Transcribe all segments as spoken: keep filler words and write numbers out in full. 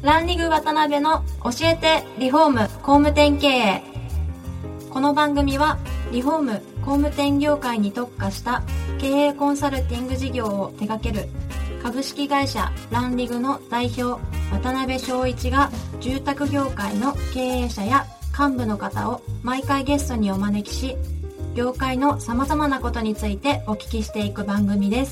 ランリグ渡辺の教えてリフォーム工務店経営。この番組はリフォーム工務店業界に特化した経営コンサルティング事業を手掛ける株式会社ランリグの代表渡辺翔一が、住宅業界の経営者や幹部の方を毎回ゲストにお招きし、業界のさまざまなことについてお聞きしていく番組です。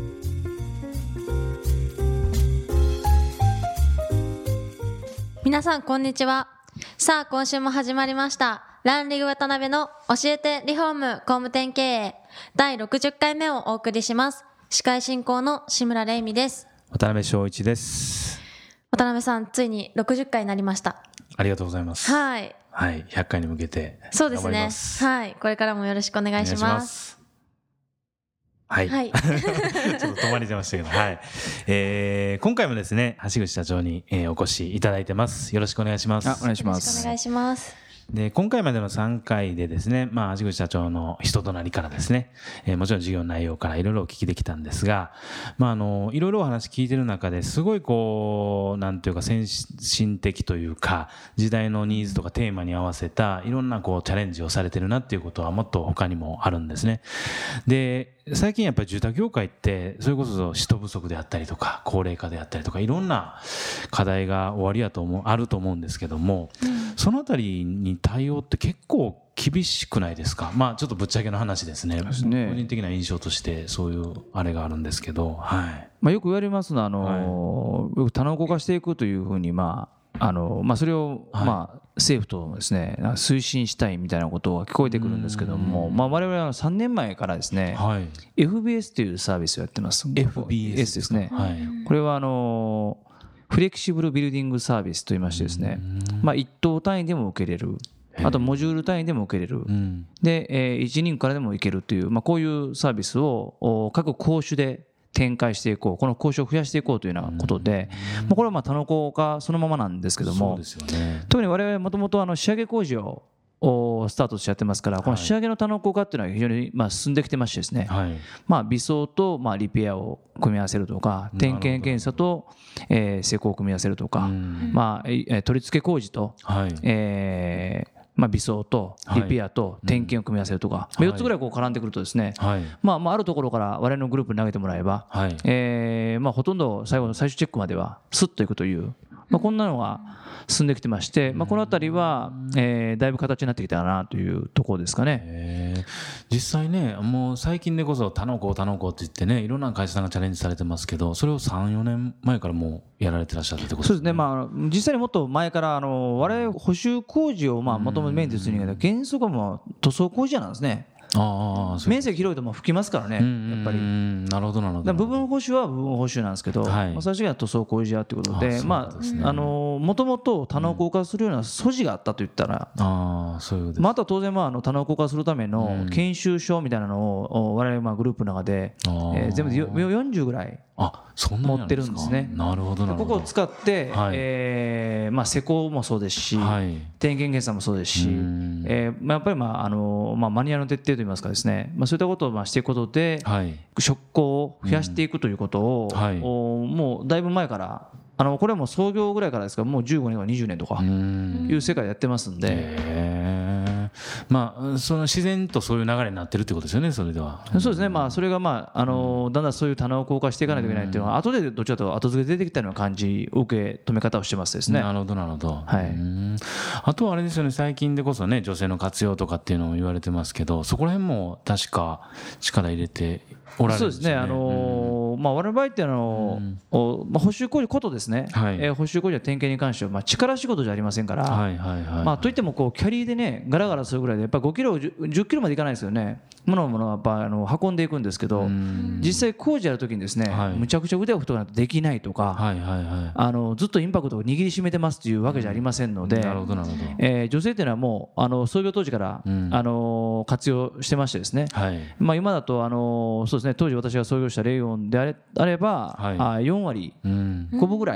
皆さんこんにちは。さあ今週も始まりましたランリグ渡辺の教えてリフォーム工務店経営だいろくじゅっかいめをお送りします。司会進行の志村玲美です。 渡辺翔一です。 渡辺さん、ついにろくじゅっかいになりました。 ありがとうございます。 はい、 はい、ひゃっかいに向けてそうですね。 頑張ります。 はい、これからもよろしくお願いします。 はい、はい、ちょっと止まりてましたけど、はい、えー、今回もですね橋口社長に、えー、お越しいただいてます。よろしくお願いします。 あ、お願いします。 よろしくお願いします。 で今回までのさんかいでですね、まあ、橋口社長の人となりからですね、えー、もちろん事業の内容からいろいろお聞きできたんですが、まあ、あのいろいろお話聞いてる中ですごいこうなんていうか先進的というか時代のニーズとかテーマに合わせたいろんなこうチャレンジをされてるなっていうことはもっと他にもあるんですね。で最近やっぱり住宅業界ってそれこそ人不足であったりとか高齢化であったりとかいろんな課題が終わりやと思うあると思うんですけども、うん、そのあたりに対応って結構厳しくないですか？まあちょっとぶっちゃけの話ですね。ですね、個人的な印象としてそういうあれがあるんですけど、はい。 まあ、よく言われますのはあの、はい、多能化していくというふうにまああのまあ、それをまあ政府とですね推進したいみたいなことが聞こえてくるんですけども、まあ我々はさんねんまえからですね エフビーエス というサービスをやってます。 エフビーエスですね。これはあのフレキシブルビルディングサービスといいましてですね、まあいち棟単位でも受けれる、あとモジュール単位でも受けれる、でいちにんからでも行けるという、まあこういうサービスを各校種で展開していこう、この交渉を増やしていこうというようなことで、まあ、これはまあ多能化そのままなんですけども、特に我々もともと仕上げ工事をスタートしてやってますから、この仕上げの多能化っていうのは非常にまあ進んできてましてですね、まあ微装とまあリペアを組み合わせるとか、点検検査とえ施工を組み合わせるとか、まあ取り付け工事とえまあ微装とリペアと点検を組み合わせるとか、よっつぐらいこう絡んでくるとですね、まあまああるところから我々のグループに投げてもらえば、えまあほとんど最後の最終チェックまではスッといくという、まあこんなのが進んできてまして、まあこのあたりはえだいぶ形になってきたなというところですかね。 実際ね、もう最近でこそ多能化多能化って言ってね、いろんな会社さんがチャレンジされてますけど、それをさん、よねんまえからもうやられてらっしゃるってことですね。 そうですね。まあ実際にもっと前からあの我々補修工事をまあ元々メインでするんだけど、原則はもう塗装工事なんですね。ああ、面積広いともう吹きますからね、やっぱり。 なるほどなるほど。 部分補修は部分補修なんですけど、はい、最終的には塗装工事屋ということで、まああのもともと多能化するような素地があったといったら、あそういうことです。また当然まああの多能化するための研修書みたいなのを我々まあグループの中で、えー、全部でよんじゅうぐらい持ってるんですね。 なるほどなるほど。 ここを使って、はい、えーまあ、施工もそうですし、はい、点検検査もそうですし、えーまあ、やっぱり、まああのまあ、マニュアルの徹底といいますかですね、まあ、そういったことをまあしていくことで、はい、職工を増やしていくということを、はい、もうだいぶ前からあのこれはもう創業ぐらいからですから、もうじゅうごねんとかにじゅうねんとかいう世界でやってますんで、 まあその自然とそういう流れになってるってことですよね。それではそうですね。まあそれがまああのだんだんそういう棚を硬化していかないといけないっていうのは後でどちらかというと後付けで出てきたような感じ受け止め方をしてますですね。 なるほどなるほど。 はい。 あとはあれですよね、最近でこそね女性の活用とかっていうのも言われてますけど、そこら辺も確か力入れておられるんですよね。 そうですね。あのまあ我々の場合ってあのまあ補修工事ことですね。はい、えー、補修工事は点検に関してはまあ力仕事じゃありませんから、はいはいはい、まあといってもこうキャリーでねガラガラするぐらいでやっぱりごキロじゅっキロまでいかないですよね。ものものはやっぱあの運んでいくんですけど、実際工事やるときにですね、はい、むちゃくちゃ腕を太くないとできないとか、はいはいはい、あのずっとインパクトを握りしめてますというわけじゃありませんので、なるほどなるほど、えー、女性っていうのはもうあの創業当時から、うん、あの活用してましてですね、はい、まあ今だとあのそうですね、当時私が創業したレイオンであれ、あれば、はい、あよんわりごぶぐらい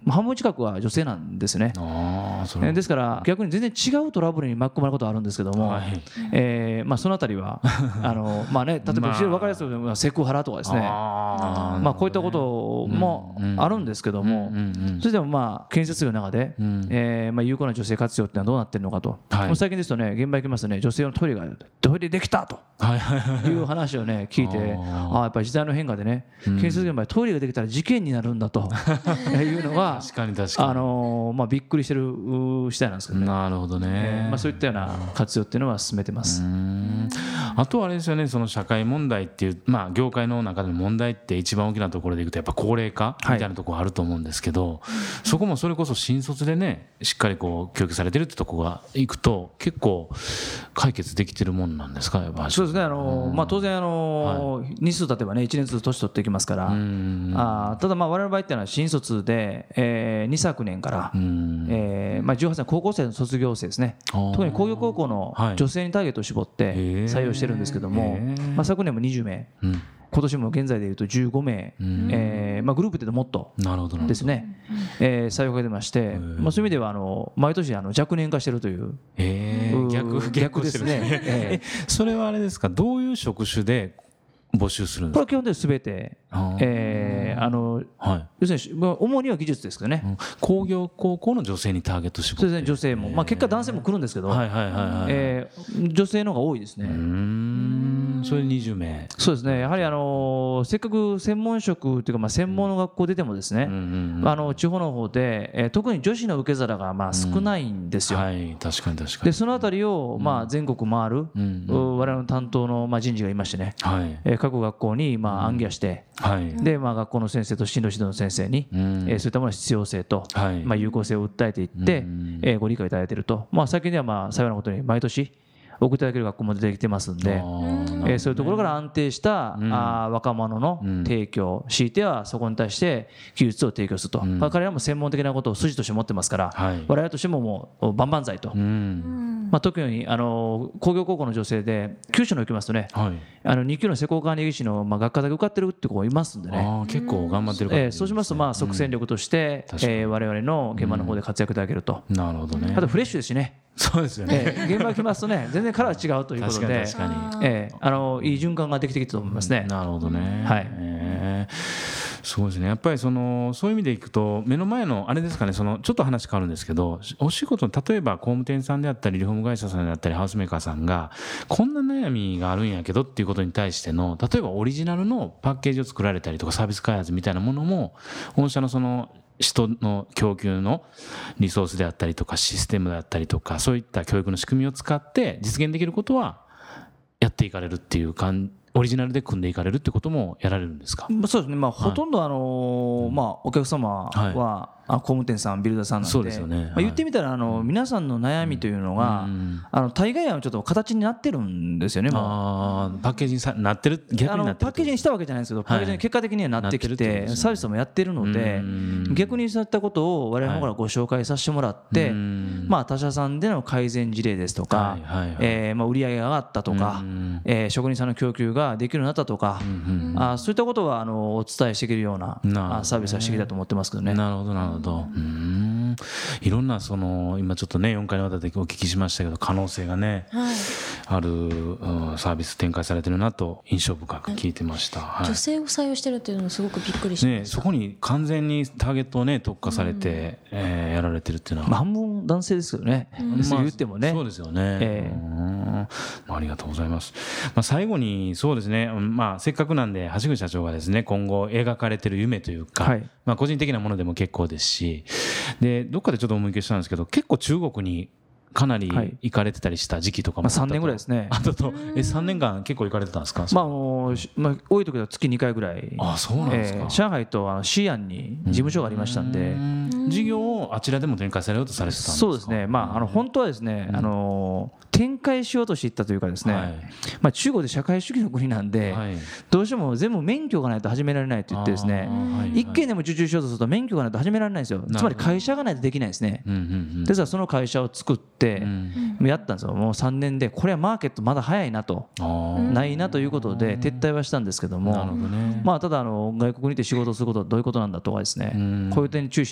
半分近くは女性なんですね。 あそれですから逆に全然違うトラブルに巻き込まれることはあるんですけども、はいえーまあ、そのあたりはあの、まあね、例えば分かりやすいセクハラとかですね、あまあ、こういったこともあるんですけども、それでもまあ建設業の中で、えーまあ、有効な女性活用っていうのはどうなってるのかと、はい、最近ですとね現場行きますとね女性用のトイレがトイレできたという話をね聞いてああやっぱり時代の変化でね建設現場でトイレができたら事件になるんだというのが確かに確かに、 あのーまあ、びっくりしてる次第なんですけどね。 なるほどね、 えーまあ、そういったような活用っていうのは進めてます。 うーんあとはあれですよね、その社会問題っていう、まあ、業界の中での問題って一番大きなところでいくとやっぱ高齢化みたいなところあると思うんですけど、はい、そこもそれこそ新卒でねしっかりこう教育されてるってところがいくと結構解決できてるもんなんですか。やっぱそうですね、あのーまあ、当然、あのーはい、日数経てばねいちねんずつ年取っていきますから、あただまあ我々の場合っていうのは新卒で、えー、にさくねんから、えーまあ、じゅうはっさい高校生の卒業生ですね、特に工業高校の女性にターゲットを絞って採用してるんですけども、まあ、昨年もにじゅうめい、うん今年も現在でいうとじゅうごめい、うんえーまあ、グループでいうともっとですね、えー、採用が出まして、まあ、そういう意味ではあの毎年あの若年化しているという、 えー、逆, 逆ですね。 えー、それはあれですか、どういう職種で募集するんですか。 これは基本的にすべて、えーあのはい、要するに、まあ、主には技術ですけどね、うん、 工業高校の女性にターゲット絞って、 そうですね、女性も、まあ、結果男性も来るんですけど、はいはいはいはいえー、女性の方が多いですね。うーんそれにじゅうめい。 そうですね、やはり、あのー、せっかく専門職というか、まあ、専門の学校出てもですね、うんうんうん、あの地方の方で、えー、特に女子の受け皿がまあ少ないんですよ、うんはい、 確かに確かに。 でそのあたりをまあ全国回る、うんうん、我々の担当のまあ人事がいましてね、はいえー、各学校にまあ暗記して、うんはい、でまあ学校の先生と進路指導の先生に、うんえー、そういったものの必要性と、はいまあ、有効性を訴えていって、うんえー、ご理解いただいていると、まあ、最近ではまあ幸いなことに毎年送っていただける学校も出てきてますんで、えー、そういうところから安定した、うん、あ若者の提供、うん、強いてはそこに対して技術を提供すると、うんまあ、彼らも専門的なことを筋として持ってますから、はい、我々としてももう万々歳と、うんまあ、特にあの工業高校の女性で九州の行きますとね、はい、あのにきゅうの施工管理技師の、まあ、学科だけ受かってるって子いますんでね、 あ結構頑張ってるから、 えー、そうしますとまあ即戦力として、うんえー、我々の現場の方で活躍いただけると、 うん、なるほどね。 あとフレッシュですしね。 そうですよね、 えー、現場来ますとね全然カラー違うということで確かに確かに、 えー、あのいい循環ができてきたと思いますね。 なるほどね、 はいえー、すごいですね。やっぱりそのそういう意味でいくと目の前のあれですかね、そのちょっと話変わるんですけど、お仕事例えば工務店さんであったりリフォーム会社さんであったりハウスメーカーさんがこんな悩みがあるんやけどっていうことに対しての例えばオリジナルのパッケージを作られたりとかサービス開発みたいなものも御社のその人の供給のリソースであったりとかシステムであったりとかそういった教育の仕組みを使って実現できることはやっていかれるっていう感じ、オリジナルで組んでいかれるってこともやられるんですか。 そうですね、まあ、ほとんどあの、まあ、お客様は、はいあ工務店さんビルダーさんなんで、そうですよね、はいまあ、言ってみたらあの皆さんの悩みというのが、うん、あの大概はちょっと形になってるんですよね。もうあパッケージにさなってる逆になってるパッケージにしたわけじゃないんですけど、パッケージに結果的にはなってきて、はい、サービスもやってるので、逆にそういったことを我々の方からご紹介させてもらって、はいまあ、他社さんでの改善事例ですとか、はいはいはいえーまあ、売り上げが上がったとか、えー、職人さんの供給ができるようになったとか、あそういったことはあのお伝えしていけるようなサービスはしてきたと思ってますけどね。 なるほどなるほど。うんいろんなその今ちょっとねよんかいにわたってお聞きしましたけど可能性がね、はい、ある、うん、サービス展開されてるなと印象深く聞いてました、はい、 女性を採用してるっていうのもすごくびっくりしました、 ね、そこに完全にターゲットをね特化されて、うんえー、やられてるっていうのは、 まあ、半分男性ですけどね、うん、言ってもね、 まあ、そうですよね、えー、うんありがとうございます、まあ、最後にそうですね、まあ、せっかくなんで橋口社長がですね今後描かれてる夢というか、はいまあ、個人的なものでも結構ですしでどっかでちょっと思い消したんですけど結構中国にかなり行かれてたりした時期とかもあったと、 まあ、さんねんぐらいですね。 あととえさんねんかん結構行かれてたんですか。 まああのまあ、多い時は月にかいぐらい。 あそうなんですか、 えー、上海とあの西安に事務所がありましたんで事業をあちらでも展開されようとされてたんですか。 そうですね、まあ、あの本当はですね、うん、あの展開しようとしていったというかですね、はいまあ、中国で社会主義の国なんで、はい、どうしても全部免許がないと始められないと言ってですね、一件でも受注しようとすると免許がないと始められないんですよ。つまり会社がないとできないですね、うんうんうん、ですからその会社を作って、うん、やったんですよ。もうさんねんでこれはマーケットまだ早いなとないなということで撤退はしたんですけども、なるほどね、まあ、ただあの外国にいて仕事をすることはどういうことなんだとかですね、こういう点に注意しないといけないと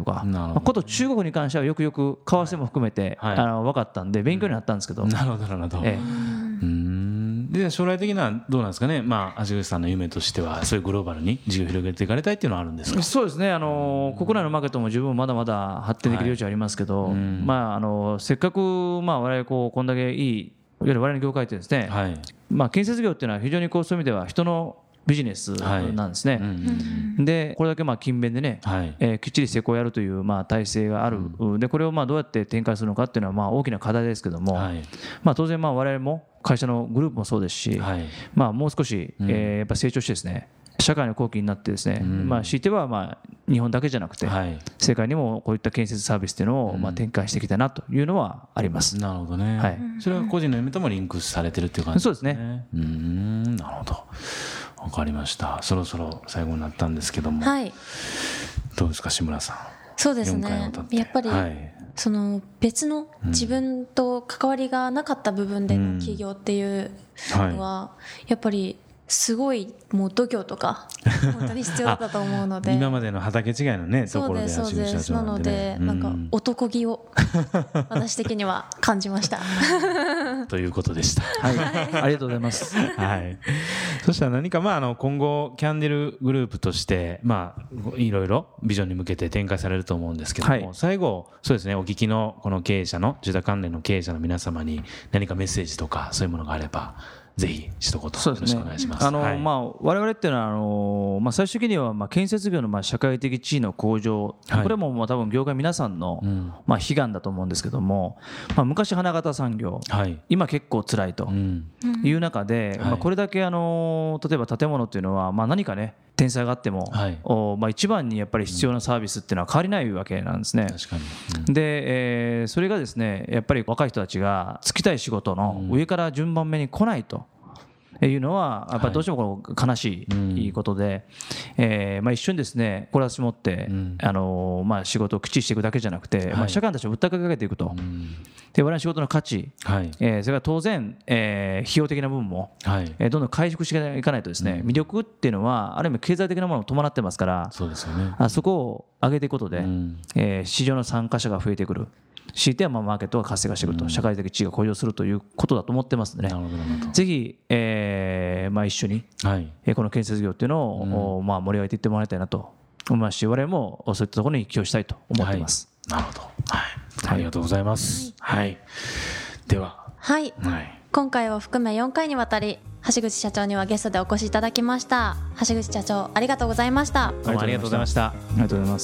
とか、まあ、こと中国に関してはよくよく為替も含めて、はい、あの分かったんで勉強になったんですけど、うん、 なるほどなるほど、ええ、うんで将来的にはどうなんですかね、まあ、橋口さんの夢としてはそういうグローバルに事業を広げていかれたいっていうのはあるんですか？ そうですね、あの国内のマーケットも十分まだまだ発展できる余地ありますけど、はい、まあ、あのせっかく、まあ、我々こうこんだけいいいわゆる我々の業界ってですね、はい、まあ、建設業っていうのは非常にこうそういう意味では人のビジネスなんですね、はい、うんうん、でこれだけまあ勤勉でね、はい、えー、きっちり施工をやるというまあ体制がある、うん、でこれをまあどうやって展開するのかっていうのはまあ大きな課題ですけども、はい、まあ当然まあ我々も会社のグループもそうですし、はい、まあもう少し、えー、やっぱ成長してですね、社会の貢献になってですね、うん、まあ強いてはまあ日本だけじゃなくて、はい、世界にもこういった建設サービスっていうのをまあ展開していきたいなというのはあります、 うん、なるほどね、はい、それは個人の夢ともリンクされてるっていう感じですね。そうですね、うーん、なるほど、わかりました。そろそろ最後になったんですけども、はい、どうですか志村さん。 そうですね、やっぱり、はい、その別の自分と関わりがなかった部分での起業っていうのはやっぱりすごいもう度胸とか本当に必要だったと思うので今までの畑違いのねところでそうですそうです、なのでなんか男気を私的には感じましたということでした、 はい、ありがとうございます、 はい、そしたら何かまああの今後キャンデルグループとしてまあいろいろビジョンに向けて展開されると思うんですけども、はい、最後そうですね、お聞きのこの経営者の住宅関連の経営者の皆様に何かメッセージとかそういうものがあればぜひ一言よろしくお願いします。 あの、はい、まあ、我々っていうのはあの、まあ、最終的にはまあ建設業のまあ社会的地位の向上、はい、これもまあ多分業界皆さんのまあ悲願だと思うんですけども、まあ、昔花形産業、はい、今結構辛いという中で、うん、まあ、これだけあの例えば建物っていうのはまあ何かね天災があっても、はい、おまあ一番にやっぱり必要なサービスっていうのは変わりないわけなんですね。 確かに、 うん、で、えー、それがですねやっぱり若い人たちが就きたい仕事の上から順番目に来ないというのはやっぱりどうしてもこの悲しいことで、えーまあ一緒にですねこれを持ってあのまあ仕事をきっちりしていくだけじゃなくて、まあ社会たちを訴えかけていくと、で我々の仕事の価値、えーそれから当然え費用的な部分もえどんどん回復していかないとですね、魅力っていうのはある意味経済的なものも伴ってますから、 そうですよね、 あそこを上げていくことでえ市場の参加者が増えてくる、強いてはまあマーケットが活性化してくると、社会的地位が向上するということだと思ってますのでね、ぜひえまあ一緒にこの建設業っていうのをまあ盛り上げていってもらいたいなと思いますし、我々もそういったところに寄与したいと思っています。 なるほど、はい、ありがとうございます。はい、では、 はい、はい、今回を含めよんかいにわたり橋口社長にはゲストでお越しいただきました。橋口社長ありがとうございました。 どうもありがとうございました。 ありがとうございます。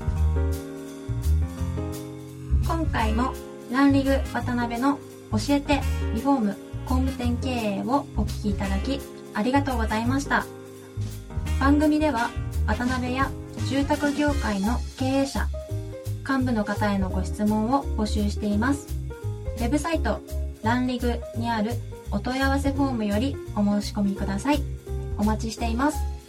今回もランリグ渡辺の教えてリフォーム工務店経営をお聞きいただきありがとうございました。番組では渡辺や住宅業界の経営者幹部の方へのご質問を募集しています。ウェブサイトランリグにあるお問い合わせフォームよりお申し込みください。お待ちしています。